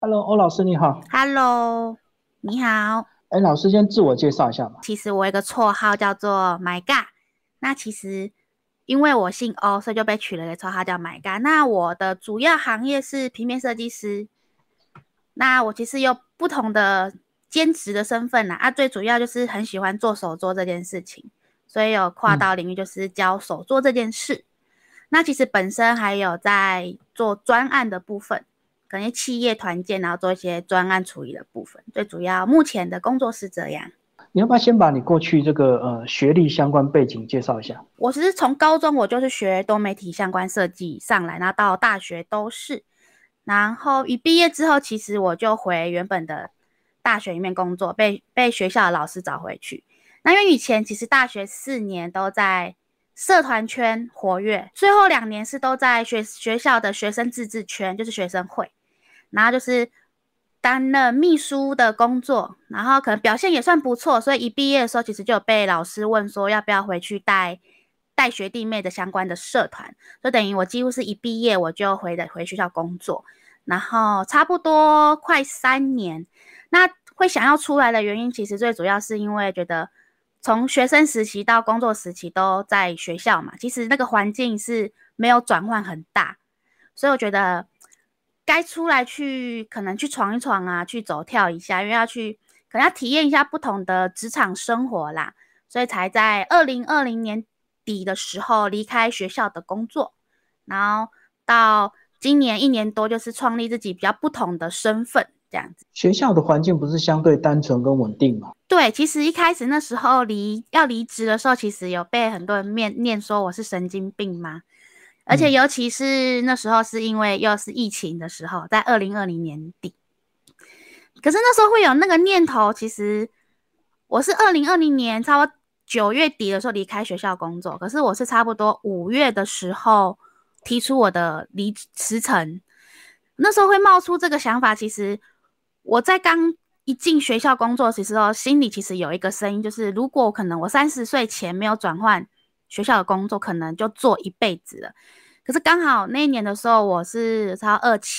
Hello，欧老师你好。 Hello，你好。 哎，老师先自我介绍一下吧。 其实我有一个绰号叫做 My God，那其实因为我姓欧，所以就被取了一个绰号叫 My God。那我的主要行业是平面设计师，那我其实有不同的兼职的身份最主要就是很喜欢做手作这件事情，所以有跨到嗯， 领域就是教手作这件事。那其实本身还有在做专案的部分，可能企业团建，然后做一些专案处理的部分。最主要目前的工作是这样。 你要不要先把你过去这个学历相关背景介绍一下？ 我其实从高中我就是学多媒体相关设计上来，那到大学都是。然后一毕业之后，其实我就回原本的大学里面工作，被学校的老师找回去。那因为以前其实大学4年都在社团圈活跃，最后2年是都在学校的学生自治圈，就是学生会，然后就是担任秘书的工作，然后可能表现也算不错，所以一毕业的时候，其实就有被老师问说要不要回去带学弟妹的相关的社团，就等于我几乎是一毕业我就回学校工作，然后差不多快3年。那会想要出来的原因，其实最主要是因为觉得从学生时期到工作时期都在学校嘛，其实那个环境是没有转换很大，所以我觉得该出来去可能去闯一闯去走跳一下，因为可能要体验一下不同的职场生活啦，所以才在2020年底的时候离开学校的工作，然后到今年1年多，就是创立自己比较不同的身份这样子。 学校的环境不是相对单纯跟稳定吗？ 对，其实一开始那时候要离职的时候，其实有被很多人念说我是神经病吗？而且嗯， 尤其是那时候是因为又是疫情的时候，在2020年底，可是那时候会有那个念头，其实我是2020年差不多9月底的时候离开学校工作，可是我是差不多5月的时候提出我的辞呈。那时候会冒出这个想法，其实我在刚一进学校工作的时候，心里其实有一个声音，就是如果可能我30岁前没有转换学校的工作，可能就做一辈子了。可是刚好那一年的时候，我是超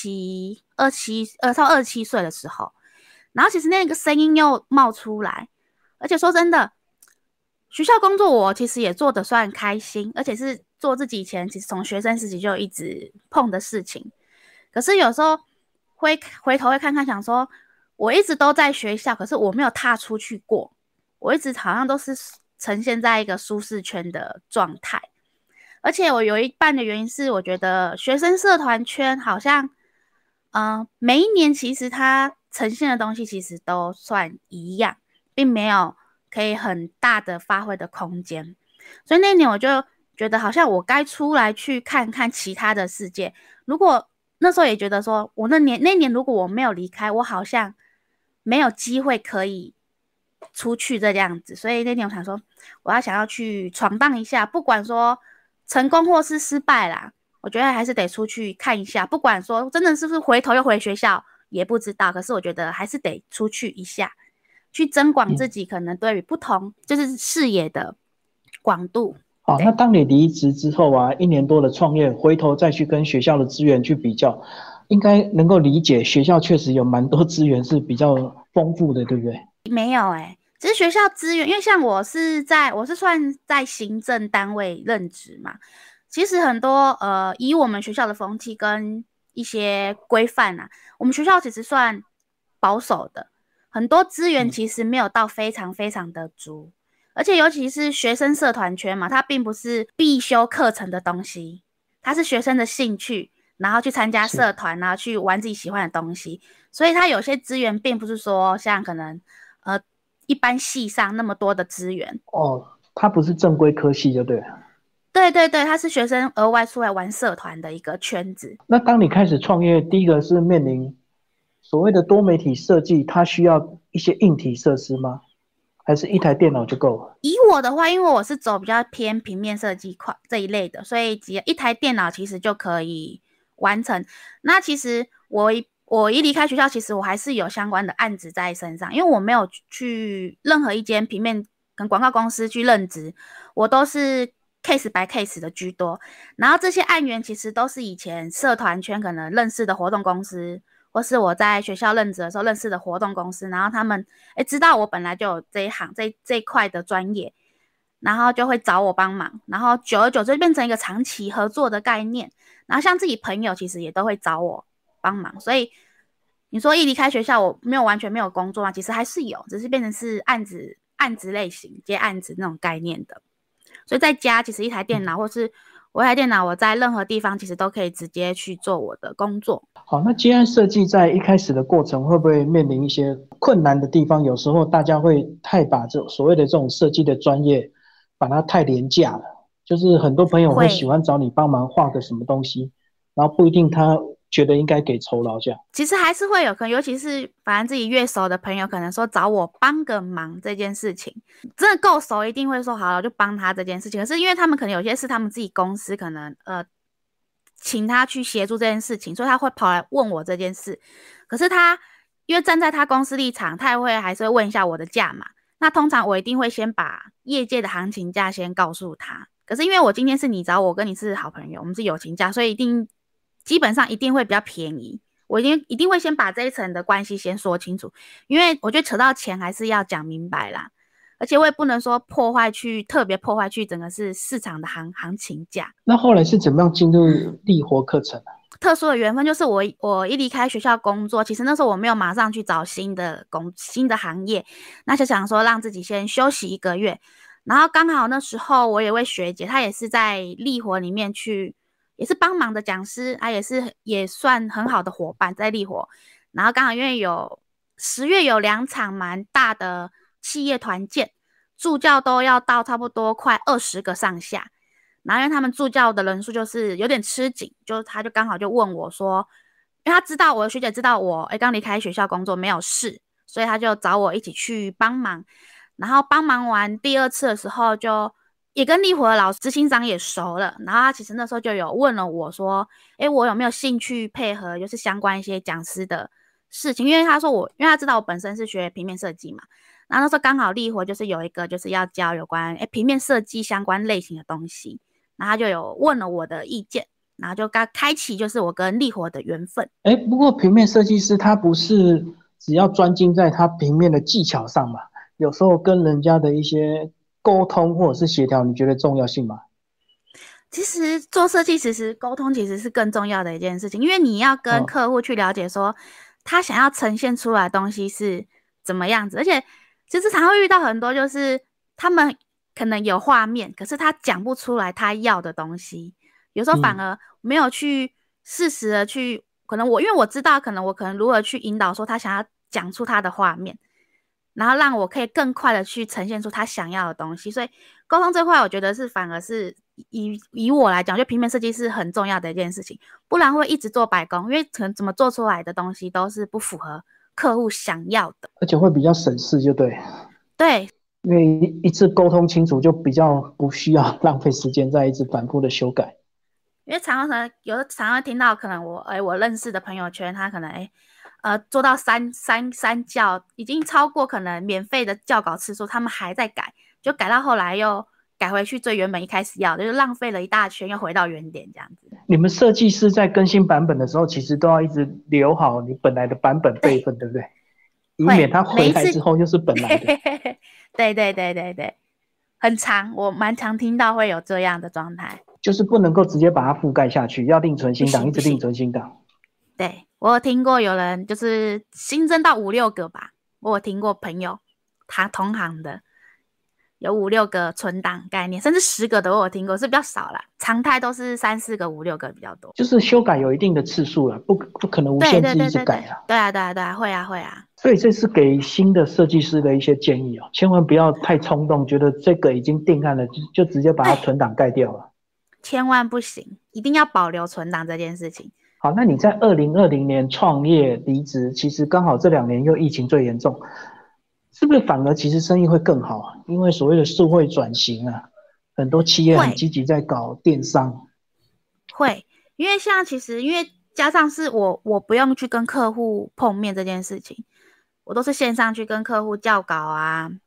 二七岁的时候，然后其实那个声音又冒出来，而且说真的，学校工作我其实也做得算开心，而且是做自己以前其实从学生时期就一直碰的事情。可是有时候会回头会看看，想说我一直都在学校，可是我没有踏出去过，我一直好像都是呈现在一个舒适圈的状态。而且我有一半的原因是，我觉得学生社团圈好像，每一年其实它呈现的东西其实都算一样，并没有可以很大的发挥的空间。所以那年我就觉得，好像我该出来去看看其他的世界。如果那时候也觉得说，我那年如果我没有离开，我好像没有机会可以出去这样子。所以那天我想说，我想要去闯荡一下，不管说成功或是失败啦，我觉得还是得出去看一下。不管说真的是不是回头又回学校，也不知道。可是我觉得还是得出去一下，去增广自嗯， 己可能对于不同就是视野的广度。 好，那对。 当你离职之后啊，1年多的创业，回头再去跟学校的资源去比较，应该能够理解学校确实有蛮多资源是比较丰富的，对不对？ 没有只是学校资源，因为像我是算在行政单位任职嘛，其实很多以我们学校的风气跟一些规范我们学校其实算保守的，很多资源嗯， 其实没有到非常非常的足，而且尤其是学生社团圈嘛，它并不是必修课程的东西，它是学生的兴趣，然后去参加是。 社团，然后去玩自己喜欢的东西，所以它有些资源并不是说像可能呃一般系上那么多的资源。 哦，它不是正规科系，就对了。 对对对，它是学生额外出来玩社团的一个圈子。 那当你开始创业，第一个是面临所谓的多媒体设计，它需要一些硬体设施吗？还是一台电脑就够了？ 以我的话，因为我是走比较偏平面设计块这一类的，所以只要一台电脑其实就可以完成。那其实我一离开学校，其实我还是有相关的案子在身上，因为我没有去任何一间平面跟广告公司去任职，我都是 case by case 的居多。然后这些案源其实都是以前社团圈可能认识的活动公司或是我在学校任职的时候认识的活动公司，然后他们知道我本来就有这一行这一块的专业，然后就会找我帮忙，然后久而久之就变成一个长期合作的概念。然后像自己朋友其实也都会找我帮忙，所以你说一离开学校我完全没有工作吗？其实还是有，只是变成是案子类型接案子那种概念的。所以在家其实一台电脑或是我一台电脑，我在任何地方其实都可以直接去做我的工作。 好，那接案设计在一开始的过程会不会面临一些困难的地方？有时候大家会太把这所谓的这种设计的专业，把它太廉价了。就是很多朋友会喜欢找你帮忙画个什么东西，然后不一定他觉得应该给酬劳这样。 其实还是会有可能，尤其是反正自己越熟的朋友，可能说找我帮个忙这件事情，真的够熟，一定会说好了，我就帮他这件事情。可是因为他们可能有些是他们自己公司可能请他去协助这件事情，所以他会跑来问我这件事。可是他因为站在他公司立场，他还是会问一下我的价码。那通常我一定会先把业界的行情价先告诉他。可是因为我今天是你找我，跟你是好朋友，我们是友情价，所以基本上一定会比较便宜。我一定会先把这一层的关系先说清楚，因为我觉得扯到钱还是要讲明白啦。而且我也不能说特别破坏去整个是市场的行情价。 那后来是怎么样进入力活课程啊？ 特殊的缘分就是我一离开学校工作，其实那时候我没有马上去找新的行业，那就想说让自己先休息1个月。然后刚好那时候我有位学姐，她也是在力活里面也是帮忙的讲师啊，也算很好的伙伴在力活。然后刚好因为10月有2场蛮大的企业团建，助教都要到差不多快20个上下。然后因为他们助教的人数就是有点吃紧，他就刚好就问我说，因为他知道我的学姐知道我刚离开学校工作没有事，所以他就找我一起去帮忙。然后帮忙完第2次的时候，就也跟力活的执行长也熟了。然后他其实那时候就有问了我说，我有没有兴趣配合就是相关一些讲师的事情？因为他知道我本身是学平面设计嘛，然后那时候刚好力活就是有一个就是要教有关平面设计相关类型的东西，然后他就有问了我的意见，然后就刚开启就是我跟力活的缘分。 不过平面设计师他不是只要专精在他平面的技巧上嘛？有时候跟人家的一些沟通或者是协调，你觉得重要性吗？ 其实做设计，其实沟通其实是更重要的一件事情，因为你要跟客户去了解说他想要呈现出来的东西是怎么样子。而且其实常会遇到很多就是他们可能有画面，可是他讲不出来他要的东西，有时候反而没有去适时的去，可能因为我知道可能如何去引导说他想要讲出他的画面，然后让我可以更快的去呈现出他想要的东西。所以沟通这块我觉得是反而是以我来讲，就平面设计是很重要的一件事情，不然会一直做白工，因为可能怎么做出来的东西都是不符合客户想要的， 而且会比较省事，就对。 对， 因为一次沟通清楚，就比较不需要浪费时间在一直反复的修改。 因为常常听到可能我认识的朋友圈，他可能做到三校，已经超过可能免费的校稿次数，他们还在改，就改到后来又改回去最原本一开始要的，就是浪费了一大圈，又回到原点这样子。 你们设计师在更新版本的时候，其实都要一直留好你本来的版本备份，对不对？以免它回来之后又是本来的。 对，很长，我蛮常听到会有这样的状态， 就是不能够直接把它覆盖下去，要另存新档，一直另存新档。 对，我有听过有人就是新增到5、6个吧，我有听过朋友他同行的有5、6个存档概念，甚至10个的我有听过，是比较少啦，常态都是3、4个、5、6个比较多。 就是修改有一定的次数了，不可能无限制一直改啊。 对啊，会啊。 所以这是给新的设计师的一些建议哦，千万不要太冲动，觉得这个已经定案了，就直接把它存档盖掉了。 千万不行，一定要保留存档这件事情。 好，那你在2020年创业离职，其实刚好这2年又疫情最严重，是不是反而其实生意会更好啊？因为所谓的数位转型啊，很多企业很积极在搞电商。 会，因为因为加上是我不用去跟客户碰面这件事情，我都是线上去跟客户校稿啊，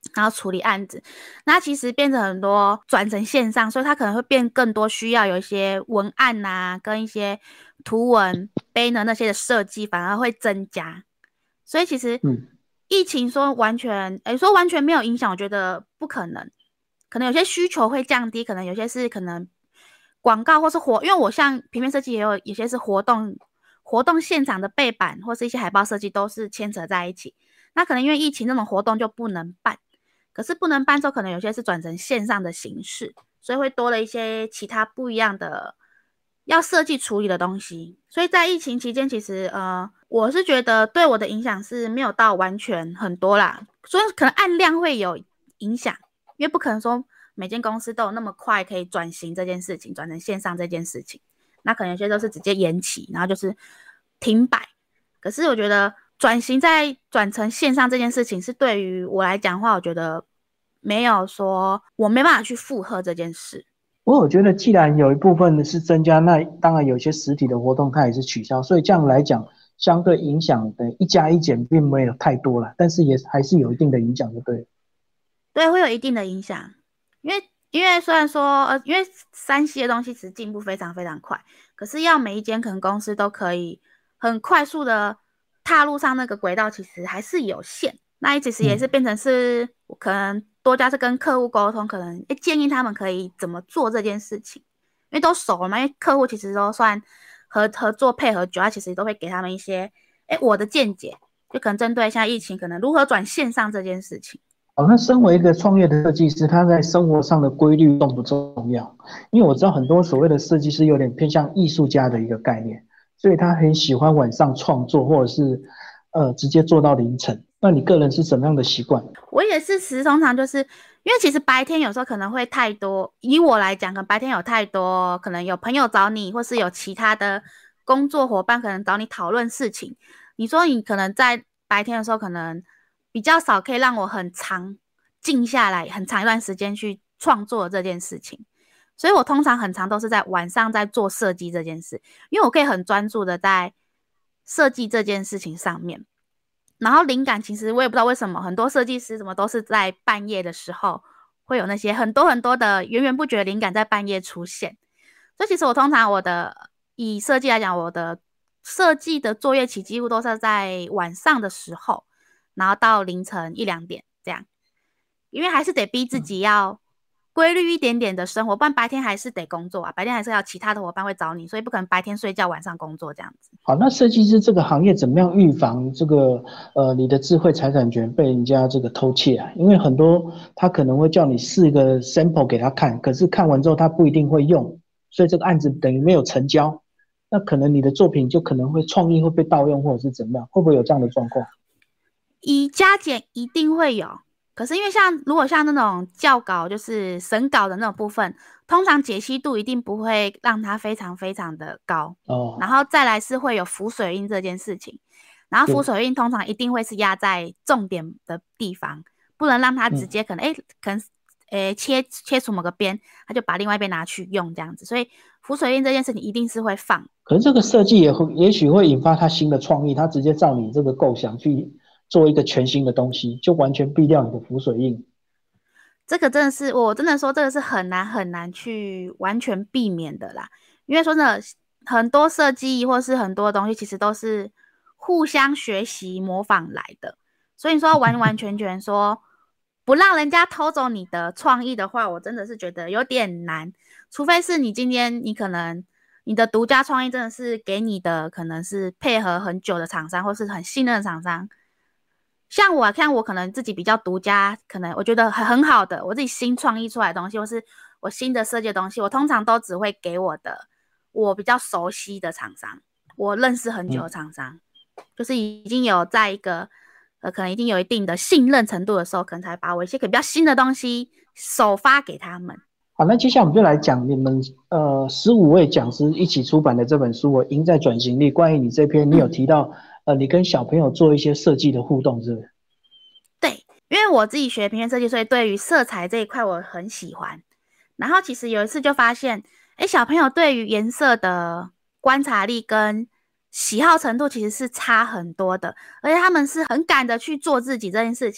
然后处理案子。那其实变成很多转成线上，所以它可能会变更多需要有一些文案啊，跟一些图文 banner 那些的设计反而会增加。所以其实疫情说完全没有影响，我觉得不可能。可能有些需求会降低，可能有些是可能广告或是因为我像平面设计也有些是活动现场的背板或是一些海报设计都是牵扯在一起。那可能因为疫情那种活动就不能办，可是不能办之后，可能有些是转成线上的形式，所以会多了一些其他不一样的要设计处理的东西。所以在疫情期间，其实我是觉得对我的影响是没有到完全很多啦，所以可能按量会有影响，因为不可能说每间公司都有那么快可以转型这件事情，转成线上这件事情，那可能有些都是直接延期，然后就是停摆。可是我觉得转型再转成线上这件事情是对于我来讲的话，我觉得没有说我没办法去负荷这件事。 我觉得既然有一部分是增加，那当然有些实体的活动它也是取消，所以这样来讲，相对影响的一加一减并没有太多了，但是也还是有一定的影响，就对了。 对，会有一定的影响，因为虽然说因为3C 的东西其实进步非常非常快，可是要每一间可能公司都可以很快速的踏入上那个轨道，其实还是有限。那其实也是变成是可能多加是跟客户沟通，可能建议他们可以怎么做这件事情，因为都熟了嘛，因为客户其实都算合作配合久，他其实都会给他们一些我的见解，就可能针对现在疫情可能如何转线上这件事情。 那身为一个创业的设计师，他在生活上的规律重不重要？因为我知道很多所谓的设计师有点偏向艺术家的一个概念，所以他很喜欢晚上创作，或者是直接做到凌晨。那你个人是什么样的习惯？ 我也是，通常就是因为其实白天有时候可能会太多，以我来讲，可能白天有太多，可能有朋友找你，或是有其他的工作伙伴可能找你讨论事情。你说你可能在白天的时候，可能比较少可以让我很长静下来，很长一段时间去创作这件事情。所以我通常很常都是在晚上在做设计这件事，因为我可以很专注的在设计这件事情上面。然后灵感其实我也不知道为什么，很多设计师怎么都是在半夜的时候会有那些很多很多的源源不绝的灵感在半夜出现。所以其实我通常以设计来讲，我的设计的作业期几乎都是在晚上的时候，然后到凌晨1、2点这样，因为还是得逼自己要规律一点点的生活，不然白天还是得工作啊，白天还是要其他的伙伴会找你，所以不可能白天睡觉晚上工作这样子。 好，那设计师这个行业怎么样预防这个你的智慧财产权被人家这个偷窃啊？因为很多他可能会叫你试一个 sample 给他看，可是看完之后他不一定会用，所以这个案子等于没有成交，那可能你的作品就可能会创意会被盗用或者是怎么样，会不会有这样的状况？ 以加减一定会有，可是因为如果像那种校稿就是审稿的那种部分，通常解析度一定不会让它非常非常的高然后再来是会有浮水印这件事情，然后浮水印通常一定会是压在重点的地方，不能让它直接可能切除某个边，他就把另外一边拿去用这样子，所以浮水印这件事情一定是会放。 可是这个设计也许会引发他新的创意，他直接照你这个构想去做一个全新的东西，就完全避掉你的浮水印。 这个真的是，我真的说这个是很难很难去完全避免的啦。因为说真的，很多设计或是很多东西其实都是互相学习模仿来的，所以你说要完完全全说不让人家偷走你的创意的话，我真的是觉得有点难。除非是你今天你可能你的独家创意真的是给你的可能是配合很久的厂商或是很信任的厂商。像我可能自己比较独家，可能我觉得很好的，我自己新创意出来的东西，或是我新的设计的东西，我通常都只会给我比较熟悉的厂商，我认识很久的厂商，就是已经有在一个可能已经有一定的信任程度的时候，可能才把我一些比较新的东西首发给他们。 好，那接下来我们就来讲你们15位讲师一起出版的这本书《我赢在转型力》。关于你这篇，你有提到你跟小朋友做一些设计的互动，是不是？ 对，因为我自己学平面设计，所以对于色彩这一块我很喜欢。然后其实有一次就发现，小朋友对于颜色的观察力跟喜好程度其实是差很多的，而且他们是很敢的去做自己这件事情。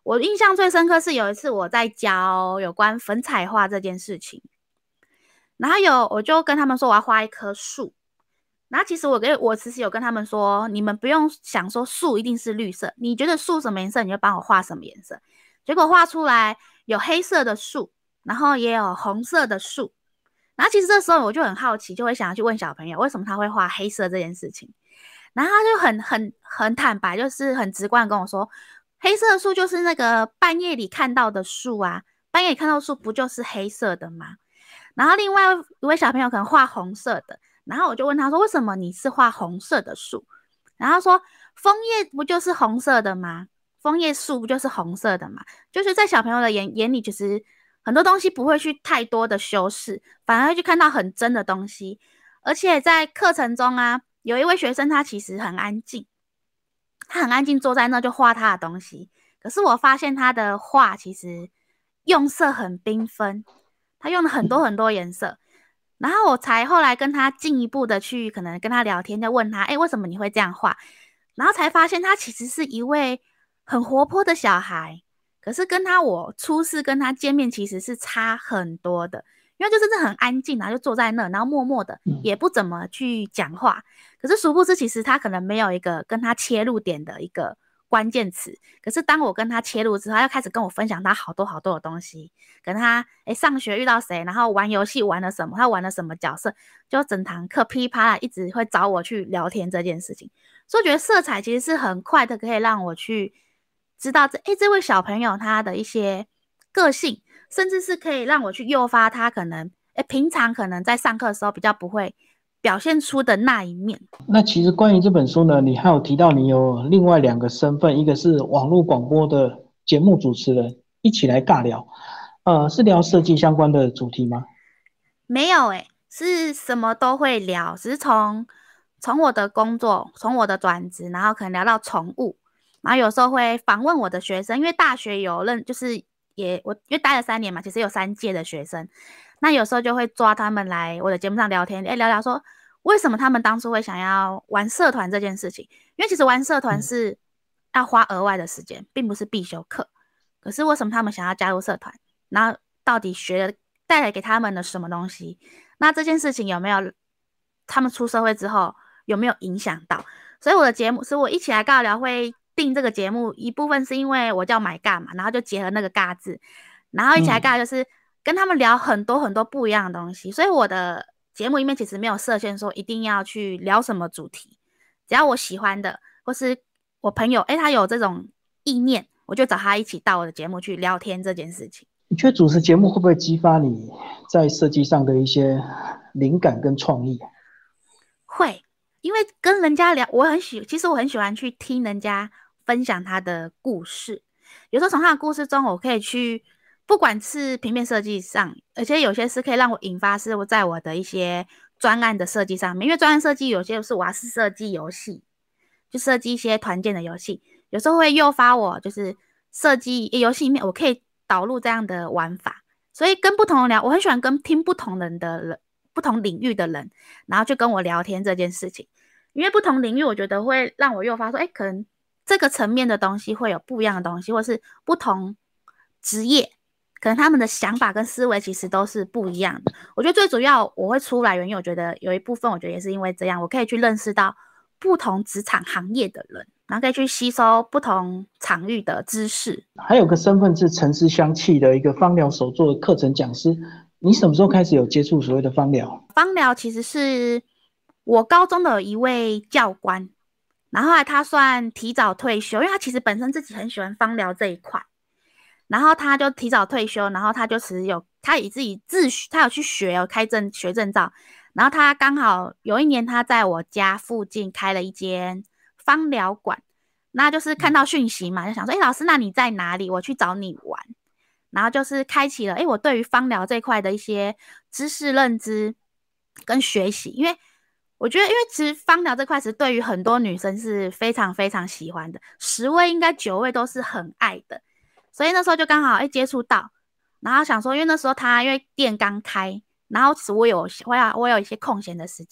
我印象最深刻是有一次我在教有关粉彩画这件事情，然后我就跟他们说我要画一棵树，然后其实我其实有跟他们说，你们不用想说树一定是绿色，你觉得树什么颜色你就帮我画什么颜色。结果画出来有黑色的树，然后也有红色的树。然后其实这时候我就很好奇，就会想要去问小朋友为什么他会画黑色这件事情。然后他就很坦白，就是很直观的跟我说，黑色的树就是那个半夜里看到的树啊，半夜里看到的树不就是黑色的吗？然后另外一位小朋友可能画红色的，然后我就问他说，为什么你是画红色的树？然后他说枫叶不就是红色的吗？枫叶树不就是红色的吗？就是在小朋友的眼里，其实很多东西不会去太多的修饰，反而会去看到很真的东西。而且在课程中啊，有一位学生他其实很安静，他很安静坐在那就画他的东西。可是我发现他的画其实用色很缤纷，他用了很多很多颜色。然后我才后来跟他进一步的去可能跟他聊天，就问他，为什么你会这样画？然后才发现他其实是一位很活泼的小孩，可是我初次跟他见面其实是差很多的，因为就真的很安静，然后就坐在那，然后默默的也不怎么去讲话。可是殊不知，其实他可能没有一个跟他切入点的一个关键词。可是当我跟他切入之后，他又开始跟我分享他好多好多的东西，跟他上学遇到谁，然后玩游戏玩了什么，他玩了什么角色，就整堂课噼里啪啦一直会找我去聊天这件事情。所以我觉得色彩其实是很快的可以让我去知道这位小朋友他的一些个性，甚至是可以让我去诱发他可能平常可能在上课的时候比较不会表现出的那一面。 那其实关于这本书呢，你还有提到你有另外2个身份，一个是网络广播的节目主持人，一起来尬聊，是聊设计相关的主题吗？ 没有是什么都会聊，只是从我的工作，从我的转职，然后可能聊到宠物，然后有时候会访问我的学生，因为大学有就是我因为待了3年嘛，其实有3届的学生，那有时候就会抓他们来我的节目上聊天，聊聊说为什么他们当初会想要玩社团这件事情，因为其实玩社团是要花额外的时间，并不是必修课，可是为什么他们想要加入社团，然后到底带来给他们的什么东西，那这件事情有没有他们出社会之后有没有影响到？所以我的节目是我一起来尬聊会定这个节目，一部分是因为我叫买尬嘛，然后就结合那个尬字，然后一起来尬就是跟他们聊很多很多不一样的东西，所以我的节目里面其实没有设限说一定要去聊什么主题，只要我喜欢的或是我朋友他有这种意念，我就找他一起到我的节目去聊天这件事情。 你觉得主持节目会不会激发你在设计上的一些灵感跟创意？ 会，因为跟人家聊，其实我很喜欢去听人家分享他的故事。有时候从他的故事中，我可以去，不管是平面设计上，而且有些是可以让我引发是我在我的一些专案的设计上面。因为专案设计有些是我要是设计游戏，就设计一些团建的游戏，有时候会诱发我就是设计游戏里面我可以导入这样的玩法。所以跟不同人聊，我很喜欢听不同不同领域的人，然后就跟我聊天这件事情。因为不同领域，我觉得会让我诱发说，可能这个层面的东西会有不一样的东西，或是不同职业，可能他们的想法跟思维其实都是不一样的。我觉得最主要我会出来原因，我觉得有一部分我觉得也是因为这样，我可以去认识到不同职场行业的人，然后可以去吸收不同场域的知识。 还有个身份是城市香气的一个芳疗手作的课程讲师，你什么时候开始有接触所谓的芳疗？ 芳疗其实是我高中的有一位教官，然后后来他算提早退休，因为他其实本身自己很喜欢芳疗这一块，然后他就提早退休，然后他就他以自己他有去学学证照，然后他刚好有一年他在我家附近开了一间芳疗馆，那就是看到讯息嘛，就想说老师那你在哪里，我去找你玩，然后就是开启了我对于芳疗这一块的一些知识认知跟学习。因为我觉得因为其实芳疗这块是对于很多女生是非常非常喜欢的，10位应该9位都是很爱的，所以那时候就刚好接触到，然后想说因为那时候他因为店刚开，然后我有一些空闲的时间，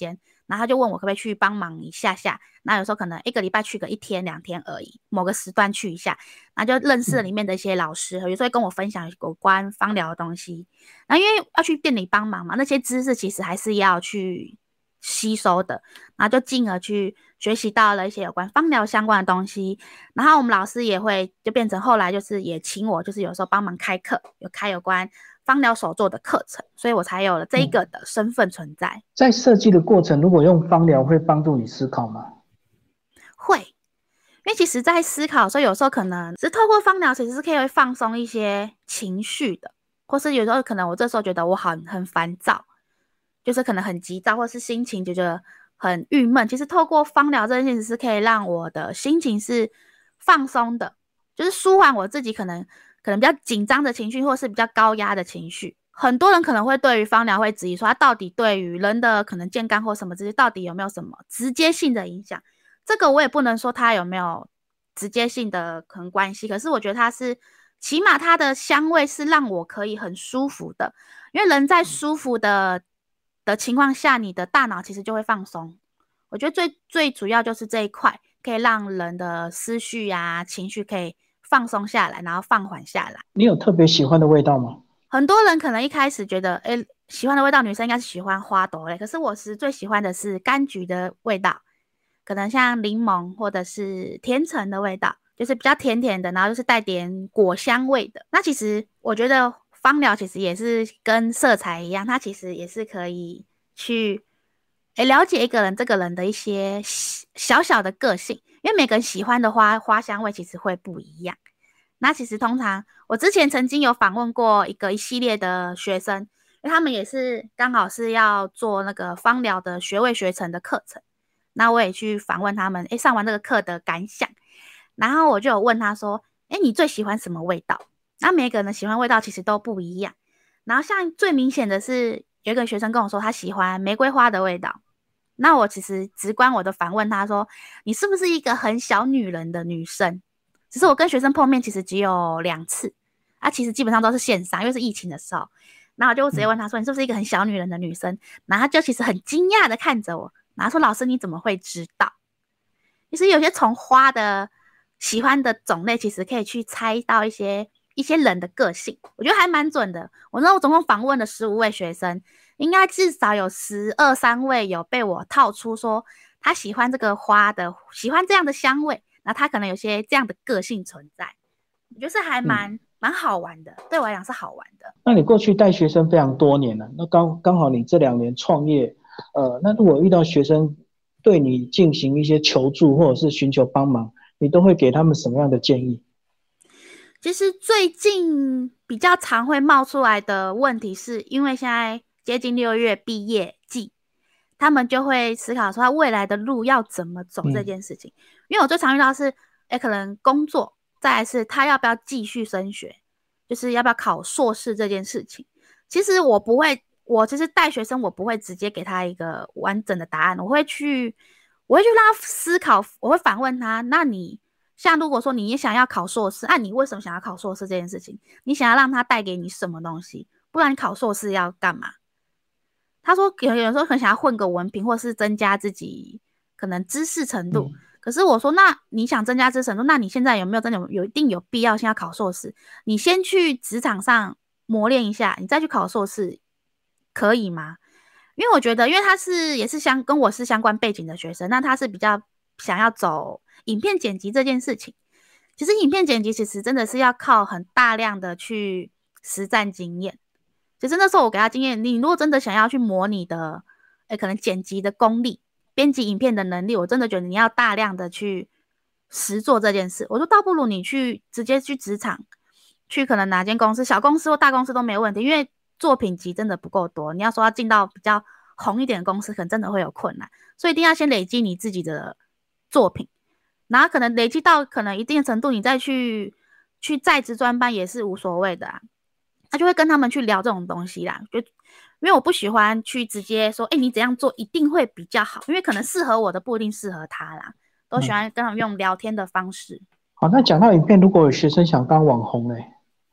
然后他就问我可不可以去帮忙一下下，那有时候可能1个礼拜去个1天2天而已，某个时段去一下，然后就认识了里面的一些老师，有时候会跟我分享有关芳疗的东西。然后因为要去店里帮忙嘛，那些知识其实还是要去吸收的，然后就进而去学习到了一些有关芳疗相关的东西。然后我们老师也会就变成后来就是也请我，就是有时候帮忙开课，有关芳疗手作的课程，所以我才有了这一个的身份存在。 在设计的过程，如果用芳疗会帮助你思考吗？ 会，因为其实在思考的时候，有时候可能是透过芳疗其实是可以放松一些情绪的，或是有时候可能我这时候觉得我很烦躁，就是可能很急躁，或是心情就觉得很郁闷，其实透过芳疗这件事情是可以让我的心情是放松的，就是舒缓我自己可能比较紧张的情绪，或是比较高压的情绪。很多人可能会对于芳疗会质疑说，它到底对于人的可能健康或什么这些到底有没有什么直接性的影响？这个我也不能说它有没有直接性的可能关系，可是我觉得它是起码它的香味是让我可以很舒服的，因为人在舒服的情况下，你的大脑其实就会放松。我觉得最主要就是这一块，可以让人的思绪啊、情绪可以放松下来，然后放缓下来。 你有特别喜欢的味道吗？ 很多人可能一开始觉得，喜欢的味道，女生应该是喜欢花朵类，可是我是最喜欢的是柑橘的味道，可能像柠檬或者是甜橙的味道，就是比较甜甜的，然后就是带点果香味的。那其实我觉得芳疗其实也是跟色彩一样，它其实也是可以去了解一个人这个人的一些小小的个性，因为每个人喜欢的花香味其实会不一样。那其实通常我之前曾经有访问过一系列的学生，因为他们也是刚好是要做那个芳疗的学位学程的课程，那我也去访问他们，上完这个课的感想，然后我就有问他说，你最喜欢什么味道？那每个人的喜欢味道其实都不一样，然后像最明显的是有一个学生跟我说他喜欢玫瑰花的味道，那我其实直观我的反问他说，你是不是一个很小女人的女生？只是我跟学生碰面其实只有2次，其实基本上都是线上，因为是疫情的时候。然后我就直接问他说，你是不是一个很小女人的女生？然后他就其实很惊讶的看着我，然后说，老师你怎么会知道？其实有些从花的喜欢的种类，其实可以去猜到一些人的个性，我觉得还蛮准的。我总共访问了15位学生，应该至少有12、13位有被我套出说他喜欢这个花的，喜欢这样的香味，那他可能有些这样的个性存在，我觉得是还蛮好玩的，对我来讲是好玩的。 那你过去带学生非常多年了，那刚好你这2年创业，那如果遇到学生对你进行一些求助或者是寻求帮忙，你都会给他们什么样的建议？ 其实最近比较常会冒出来的问题是，因为现在接近6月毕业季，他们就会思考说他未来的路要怎么走这件事情。因为我最常遇到的是，可能工作，再来是他要不要继续升学，就是要不要考硕士这件事情。其实我不会，我其实带学生，我不会直接给他一个完整的答案，我会去让他思考，我会反问他，那你像如果说你也想要考硕士，那你为什么想要考硕士这件事情？你想要让他带给你什么东西？不然你考硕士要干嘛？他说有时候很想要混个文凭，或是增加自己可能知识程度。可是我说，那你想增加知识程度，那你现在有没有真的一定有必要先要考硕士？你先去职场上磨练一下，你再去考硕士，可以吗？因为我觉得，因为他也是跟我是相关背景的学生，那他是比较想要走影片剪辑这件事情。其实影片剪辑其实真的是要靠很大量的去实战经验。其实那时候我给他经验，你如果真的想要去模拟的，可能剪辑的功力、编辑影片的能力，我真的觉得你要大量的去实做这件事。我说倒不如你直接去职场，去可能哪间公司、小公司或大公司都没问题，因为作品集真的不够多。你要说要进到比较红一点的公司，可能真的会有困难，所以一定要先累积你自己的作品，然后可能累积到可能一定的程度，你再去在职专班也是无所谓的啊。他就会跟他们去聊这种东西啦，因为我不喜欢去直接说，你怎样做一定会比较好，因为可能适合我的不一定适合他啦，都喜欢跟他们用聊天的方式。 好，那讲到影片，如果有学生想当网红嘞，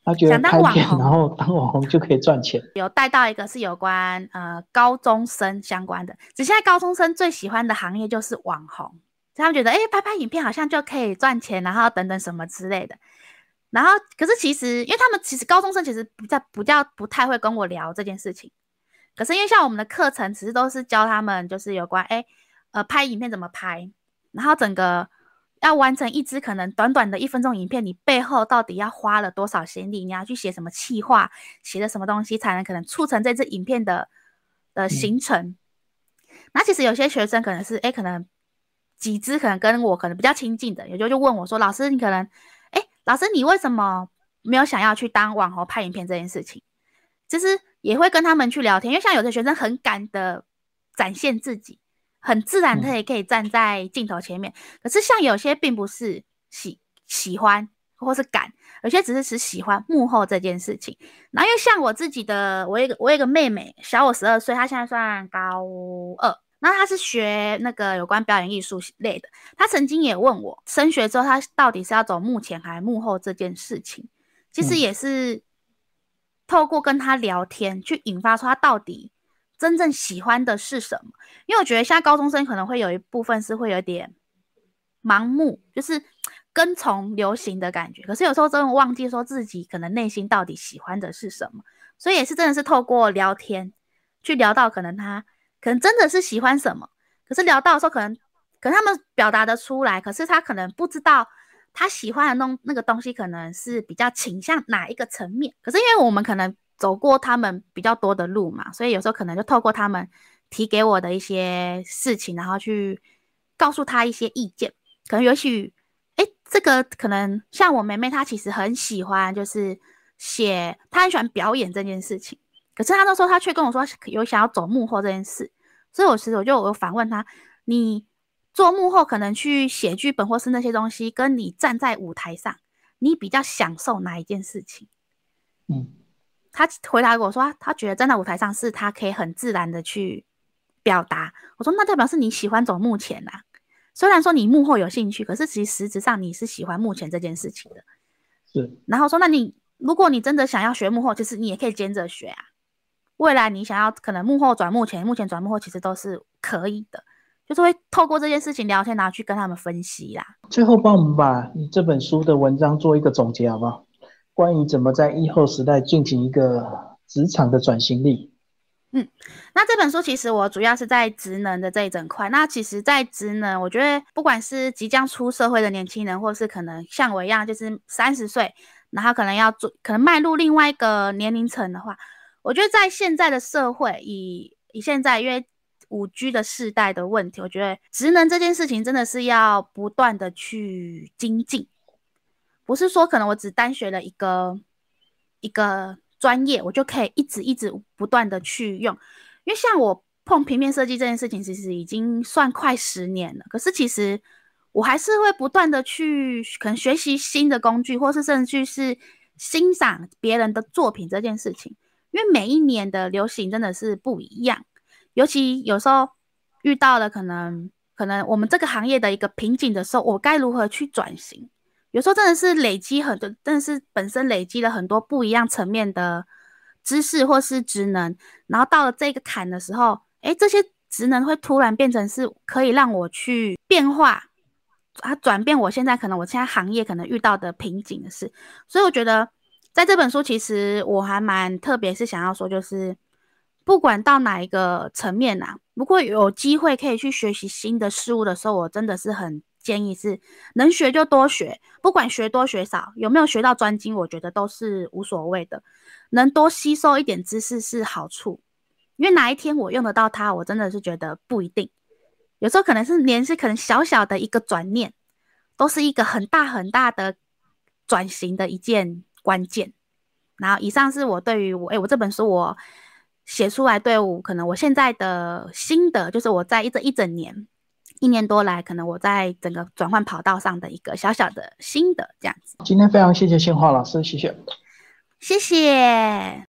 他觉得想当拍片网红然后当网红就可以赚钱。 有带到一个是有关高中生相关的，只现在高中生最喜欢的行业就是网红，他们觉得拍拍影片好像就可以赚钱，然后等等什么之类的。然后可是其实因为他们其实高中生其实不太会跟我聊这件事情，可是因为像我们的课程其实都是教他们就是有关拍影片怎么拍，然后整个要完成一支可能短短的1分钟影片，你背后到底要花了多少心力，你要去写什么企划，写的什么东西才能可能促成这支影片的形成。那其实有些学生可能是可能几支可能跟我可能比较亲近的，也就问我说，老师你可能老师你为什么没有想要去当网红拍影片这件事情，其实也会跟他们去聊天，因为像有的学生很敢的展现自己，很自然的也可以站在镜头前面，可是像有些并不是喜欢或是敢，有些只是喜欢幕后这件事情。然后因为像我自己的，我有一个妹妹，小我12岁，她现在算高2，那她是学那个有关表演艺术类的，她曾经也问我升学之后她到底是要走幕前还是幕后这件事情，其实也是透过跟她聊天去引发出她到底真正喜欢的是什么。因为我觉得现在高中生可能会有一部分是会有点盲目，就是跟从流行的感觉，可是有时候真的忘记说自己可能内心到底喜欢的是什么，所以也是真的是透过聊天去聊到可能他可能真的是喜欢什么，可是聊到的时候可能他们表达得出来，可是他可能不知道他喜欢的那个东西可能是比较倾向哪一个层面，可是因为我们可能走过他们比较多的路嘛，所以有时候可能就透过他们提给我的一些事情，然后去告诉他一些意见，可能也许这个可能像我妹妹她其实很喜欢就是她很喜欢表演这件事情，可是她那时候她却跟我说有想要走幕后这件事，所以我就有反问她，你做幕后可能去写剧本或是那些东西，跟你站在舞台上你比较享受哪一件事情？他回答我说他觉得站在舞台上是他可以很自然的去表达。我说那代表是你喜欢走幕前啊，虽然说你幕后有兴趣，可是其实实质上你是喜欢幕前这件事情的。 是， 然后说那如果你真的想要学幕后，其实你也可以兼着学啊，未来你想要可能幕后转幕前，幕前转幕后，其实都是可以的，就是会透过这件事情聊天，然后去跟他们分析啦。 最后帮我们把你这本书的文章做一个总结好不好？关于怎么在疫后时代进行一个职场的转型力。 那这本书其实我主要是在职能的这一整块。那其实在职能，我觉得不管是即将出社会的年轻人，或是可能像我一样就是30岁，然后可能迈入另外一个年龄层的话，我觉得在现在的社会，以现在因为5G 的世代的问题，我觉得职能这件事情真的是要不断的去精进，不是说可能我只单学了一个专业，我就可以一直不断的去用。因为像我碰平面设计这件事情，其实已经算快10年了，可是其实我还是会不断的去可能学习新的工具，或是甚至是欣赏别人的作品这件事情。因为每一年的流行真的是不一样，尤其有时候遇到了可能我们这个行业的一个瓶颈的时候，我该如何去转型？有时候真的是累积很多，真的是本身累积了很多不一样层面的知识或是职能，然后到了这个坎的时候，这些职能会突然变成是可以让我去变化，转变我现在行业可能遇到的瓶颈的事。所以我觉得在这本书其实我还蛮特别是想要说，就是不管到哪一个层面啊，如果有机会可以去学习新的事物的时候，我真的是很建议是能学就多学，不管学多学少，有没有学到专精，我觉得都是无所谓的，能多吸收一点知识是好处。因为哪一天我用得到它，我真的是觉得不一定，有时候可能是连是可能小小的一个转念，都是一个很大很大的转型的一件关键。然后以上是我对于我这本书我写出来对可能我现在的心得，就是我在这一整年1年多来，可能我在整个转换跑道上的一个小小的心得这样子。 今天非常谢谢宪华老师，谢谢。 谢谢。